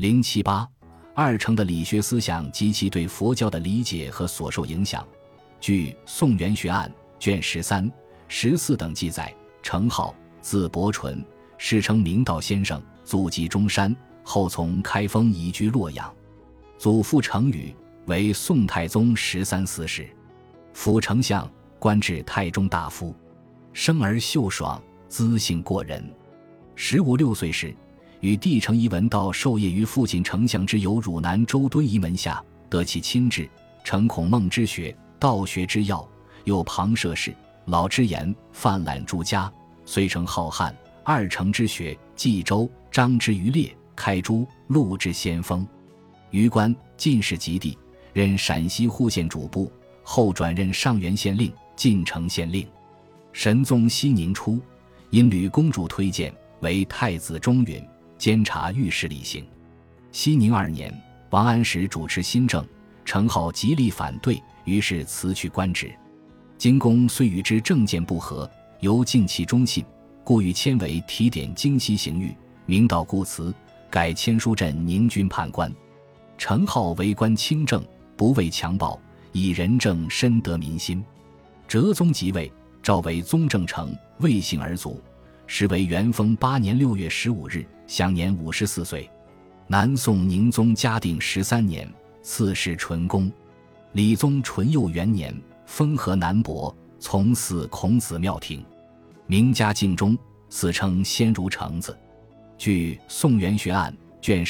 078二程的理学思想及其对佛教的理解和所受影响。据《宋元学案》卷13、14等记载，程颢字伯纯，世称明道先生，祖籍中山，后从开封移居洛阳。祖父程宇为宋太宗13司事，辅丞相，官至太中大夫，生而秀爽，资性过人。15、16岁时，与弟程颐闻道授业于父亲丞相之友汝南周敦颐门下，得其亲制，承孔孟之学、道学之要，又旁涉世、老之言，泛览诸家，遂成浩瀚二程之学，冀州、张之于列，开诸、陆之先锋。于官进士及第，任陕西户县主簿，后转任上元县令、晋城县令。神宗熙宁初，因吕公主推荐，为太子中允，监察御史理行。熙宁2年，王安石主持新政，程颢极力反对，于是辞去官职。荆公虽与之政见不合，犹敬其忠信，故欲迁为提点京西刑狱，明道故辞，改迁书镇宁军判官。程颢为官清正，不畏强暴，以仁政深得民心。哲宗即位，诏为宗正丞，未幸而卒，时为元丰8年6月15日，享年54岁。南宋宁宗嘉定13年，赐谥纯公。理宗淳佑元年，封河南伯，从祀孔子庙庭。名家敬忠，嗣称先儒程子。据《宋元学案》卷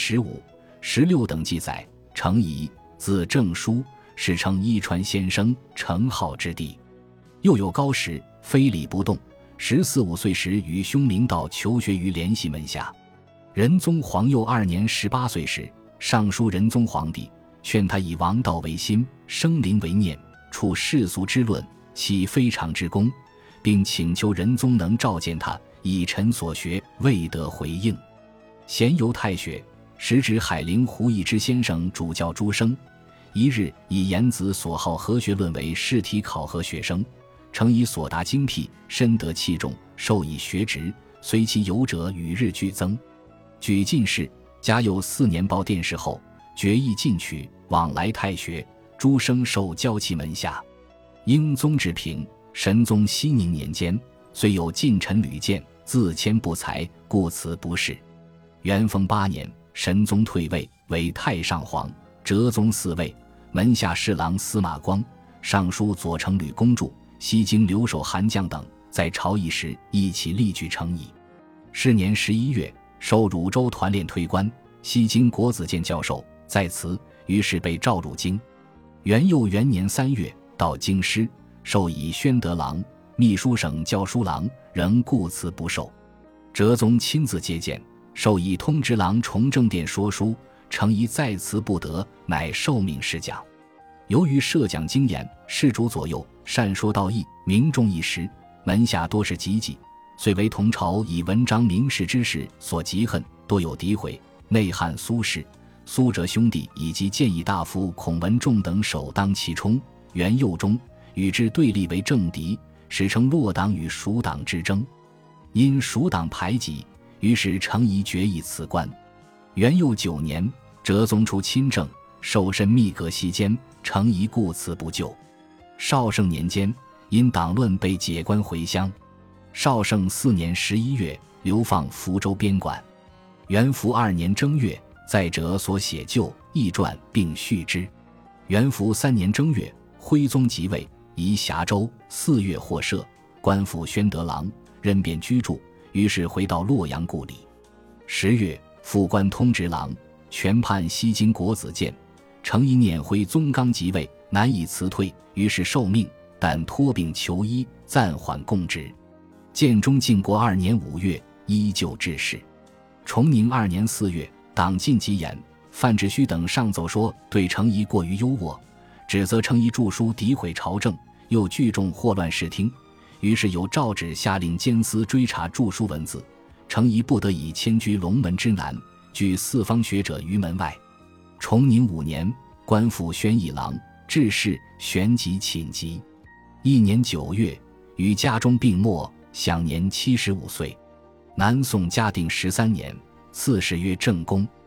15、16等记载，程颐字正书，世称伊川先生，程颢之弟。又有高时，非礼不动，14、15岁时与兄明道求学于联系门下。仁宗皇佑2年18岁时，上书仁宗皇帝，劝他以王道为心，生灵为念，处世俗之论，起非常之功，并请求仁宗能召见他，以陈所学，未得回应。闲游太学，时指海陵胡易之先生主教诸生，一日以颜子所好和学论为试题考核学生，程颐所答精辟，深得器重，授以学职，随其游者与日俱增。举进士，嘉佑4年报殿试后，决意进取，往来太学，诸生受教其门下。英宗治平，神宗熙宁年间，虽有近臣屡见，自谦不才，故辞不仕。元丰8年，神宗退位，为太上皇，哲宗嗣位，门下侍郎司马光、尚书左丞吕公著、西京留守韩将等，在朝议时一起力举程颐。是年11月，受汝州团练推官，西京国子监教授，在辞，于是被召入京。元佑元年3月，到京师，授以宣德郎、秘书省校书郎，仍故辞不受。哲宗亲自接见，授以通直郎崇政殿说书，程颐再辞不得，乃受命试讲。由于设讲精严，事主左右，善说道义，名重一时，门下多是汲汲，遂为同朝以文章名士之士所嫉恨，多有诋毁，内汉苏轼、苏辙兄弟以及谏议大夫孔文仲等首当其冲。元佑中，与之对立为政敌，史称洛党与蜀党之争。因蜀党排挤，于是程颐决意辞官。元佑9年，哲宗出亲政，受身密阁西监，程颐故辞不就。绍圣年间，因党论被解官回乡。绍圣4年11月，流放福州边馆。元符2年正月，在哲所写就义传并续之。元符3年正月，徽宗即位，移峡州，4月获赦，官复宣德郎，任便居住，于是回到洛阳故里。10月，复官通直郎，全判西京国子监。程颐念徽宗刚即位，难以辞退，于是受命，但托病求医，暂缓供职。建中靖国2年5月，依旧致仕。崇宁2年4月，党禁极严，范志虚等上奏说对程颐过于优渥，指责程颐著书诋毁朝政，又聚众祸乱视听，于是有诏旨下令监司追查著书文字，程颐不得已迁居龙门之南，居四方学者于门外。崇宁5年，官复宣义郎，致仕，旋即寝疾。1年9月，于家中病没，享年75岁。南宋嘉定13年，赐谥曰正公。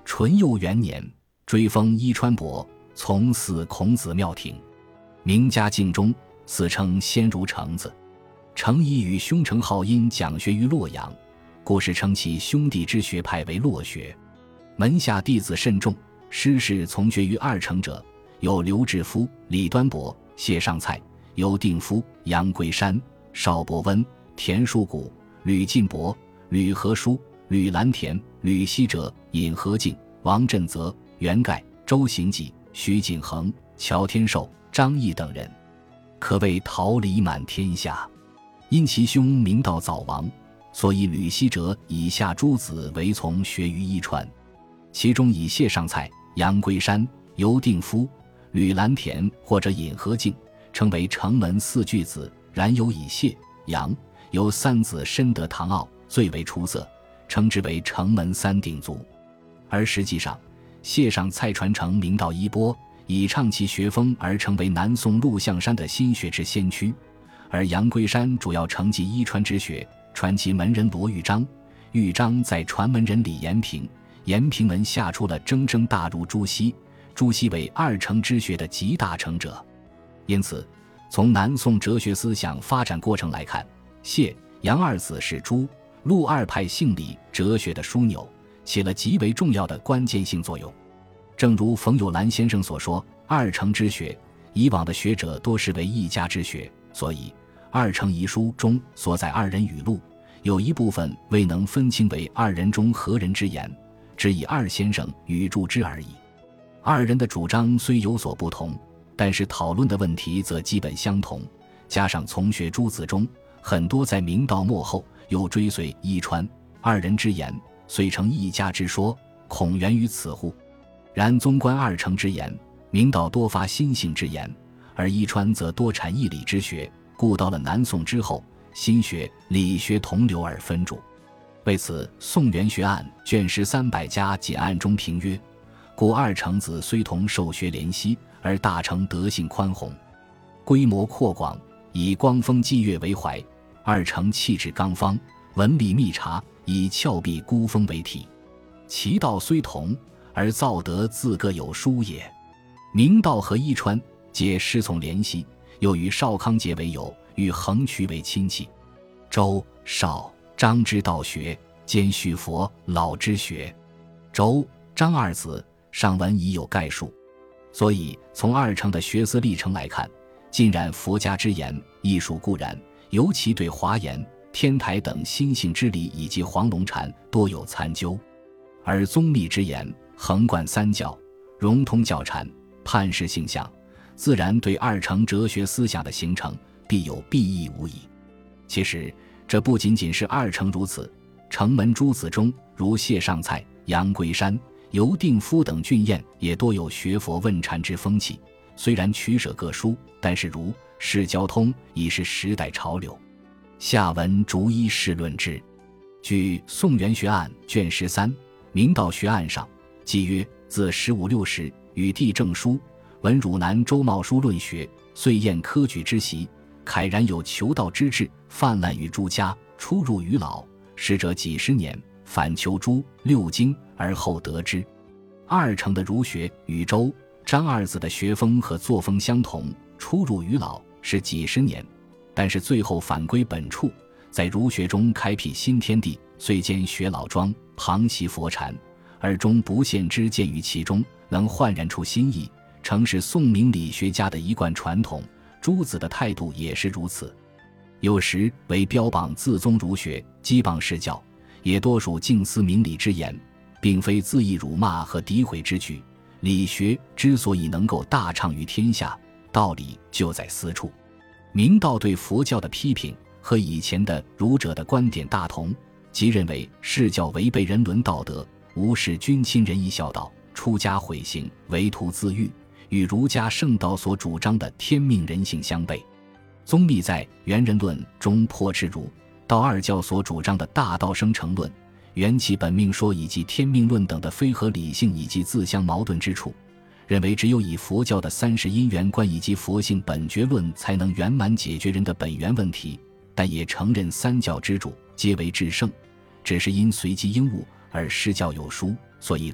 淳佑元年，追封伊川伯，从祀孔子庙庭。名家敬中，嗣称先如橙子。程颐与兄程颢因讲学于洛阳，故事称其兄弟之学派为洛学。门下弟子甚众，师事从学于二程者，有刘志夫、李端伯、谢尚蔡、尤定夫、杨桂山、邵伯温、田叔谷、吕进伯、吕和书、吕蓝田、吕希哲、尹和敬、王振泽、袁盖、周行己、徐景衡、乔天寿、张毅等人，可谓桃李满天下。因其兄明道早亡，所以吕希哲以下诸子为从学于伊川，其中以谢尚蔡、杨桂山、尤定夫、吕蓝田或者尹和敬称为城门四巨子，然有以谢、杨、尤三子深得唐傲，最为出色，称之为城门三鼎足。而实际上，谢尚蔡传承明道衣钵，以倡其学风而成为南宋陆象山的新学之先驱，而杨桂山主要承继伊川之学，传其门人罗玉章，玉章在传门人李延平，延平门下出了铮铮大儒朱熹，朱熹为二程之学的集大成者。因此，从南宋哲学思想发展过程来看，谢、杨二子是朱、陆二派性理哲学的枢纽，起了极为重要的关键性作用。正如冯友兰先生所说，二程之学，以往的学者多视为一家之学，所以二程遗书中所载二人语录，有一部分未能分清为二人中何人之言，只以二先生语注之而已。二人的主张虽有所不同，但是讨论的问题则基本相同，加上从学诸子中很多在明道末后又追随伊川，二人之言遂成一家之说，恐源于此乎？然纵观二程之言，明道多发心性之言，而伊川则多产义理之学，故到了南宋之后，心学、理学同流而分主。为此，《宋元学案》卷13百家解案中评曰：故二程子虽同受学怜惜，而大成德性宽宏，规模扩广，以光风霁月为怀；二程气质刚方，文理密察，以峭壁孤峰为体。其道虽同，而造德自各有殊也。明道和伊川皆师从怜惜，又与邵康节为友，与横渠为亲戚。周、邵、张之道学，兼续佛、老之学。周、张二子上文已有概述，所以从二程的学思历程来看，浸染佛家之言，艺术固然，尤其对华严、天台等心性之理以及黄龙禅多有参究，而宗密之言横贯三教，融通教禅，判释性相，自然对二程哲学思想的形成必有裨益无疑。其实这不仅仅是二程如此，程门诸子中如谢尚蔡、杨桂山、尤定夫等俊彦也多有学佛问禅之风气，虽然取舍各殊，但是如释交通已是时代潮流。下文逐一试论之。据《宋元学案》卷13明道学案上记曰：自15、60与弟证书，闻汝南周茂书论学，遂宴科举之席，慨然有求道之志，泛滥于诸家，出入于老，师者几十年，反求诸六经，而后得之。二程的儒学与周、张二子的学风和作风相同，出入于老是几十年，但是最后返归本处，在儒学中开辟新天地，虽兼学老庄，旁习佛禅，而终不陷之见于其中，能焕然出新意，诚是宋明理学家的一贯传统。诸子的态度也是如此，有时为标榜自宗儒学，讥谤释教，也多属静思明理之言，并非恣意辱骂和诋毁之举。理学之所以能够大畅于天下，道理就在私处。明道对佛教的批评和以前的儒者的观点大同，即认为释教违背人伦道德，无视君亲仁义孝道，出家毁行，为图自愈，与儒家圣道所主张的天命人性相悖。宗密在《元人论》中驳斥儒、道二教所主张的大道生成论、缘起本命说以及天命论等的非合理性以及自相矛盾之处，认为只有以佛教的30因缘观以及佛性本觉论才能圆满解决人的本源问题，但也承认三教之主皆为至圣，只是因随机应物而失教有殊，所以儒、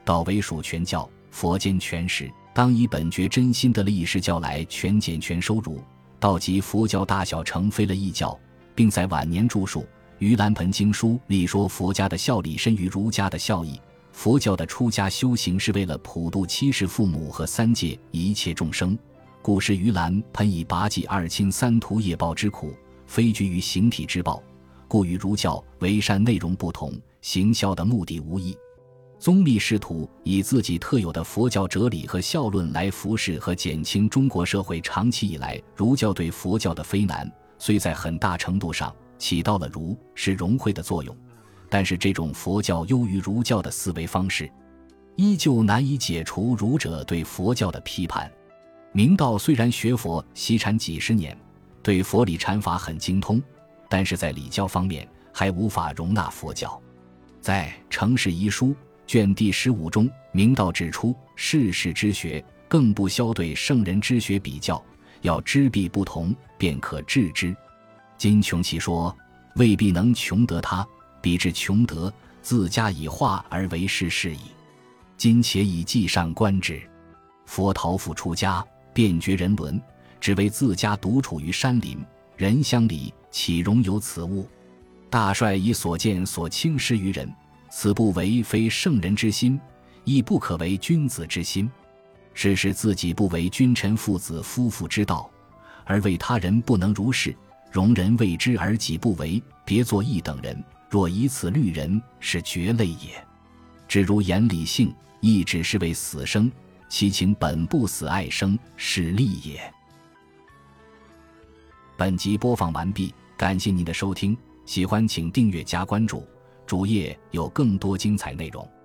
道为属全教，佛兼全实，当以本觉真心得了一实教来全简全收入，道即佛教大小成非了异教，并在晚年著述《盂兰盆经书》，力说佛家的孝理深于儒家的孝义。佛教的出家修行是为了普度七世父母和三界一切众生，故是盂兰盆以拔济二亲三途业报之苦，非居于形体之报，故与儒教为善内容不同，行孝的目的无异。宗密试图以自己特有的佛教哲理和孝论来服侍和减轻中国社会长期以来儒教对佛教的非难，虽在很大程度上起到了儒是融会的作用，但是这种佛教优于儒教的思维方式，依旧难以解除儒者对佛教的批判。明道虽然学佛习禅几十年，对佛理禅法很精通，但是在礼教方面还无法容纳佛教。在《成事遗书》卷第15中，明道指出，世事之学更不消对圣人之学比较，要知彼不同，便可治之。今穷其说，未必能穷得他，彼至穷得，自家以化而为是事矣。今且以记上观之，佛逃父出家，遍绝人伦，只为自家独处于山林，人乡里，岂容有此物？大帅以所见所轻视于人，此不为非圣人之心，亦不可为君子之心。是使自己不为君臣父子夫妇之道，而为他人不能如是，容人为之而己不为，别作一等人。若以此虑人，是绝类也。只如言理性，亦只是为死生，其情本不死爱生，是利也。本集播放完毕，感谢您的收听，喜欢请订阅加关注，主页有更多精彩内容。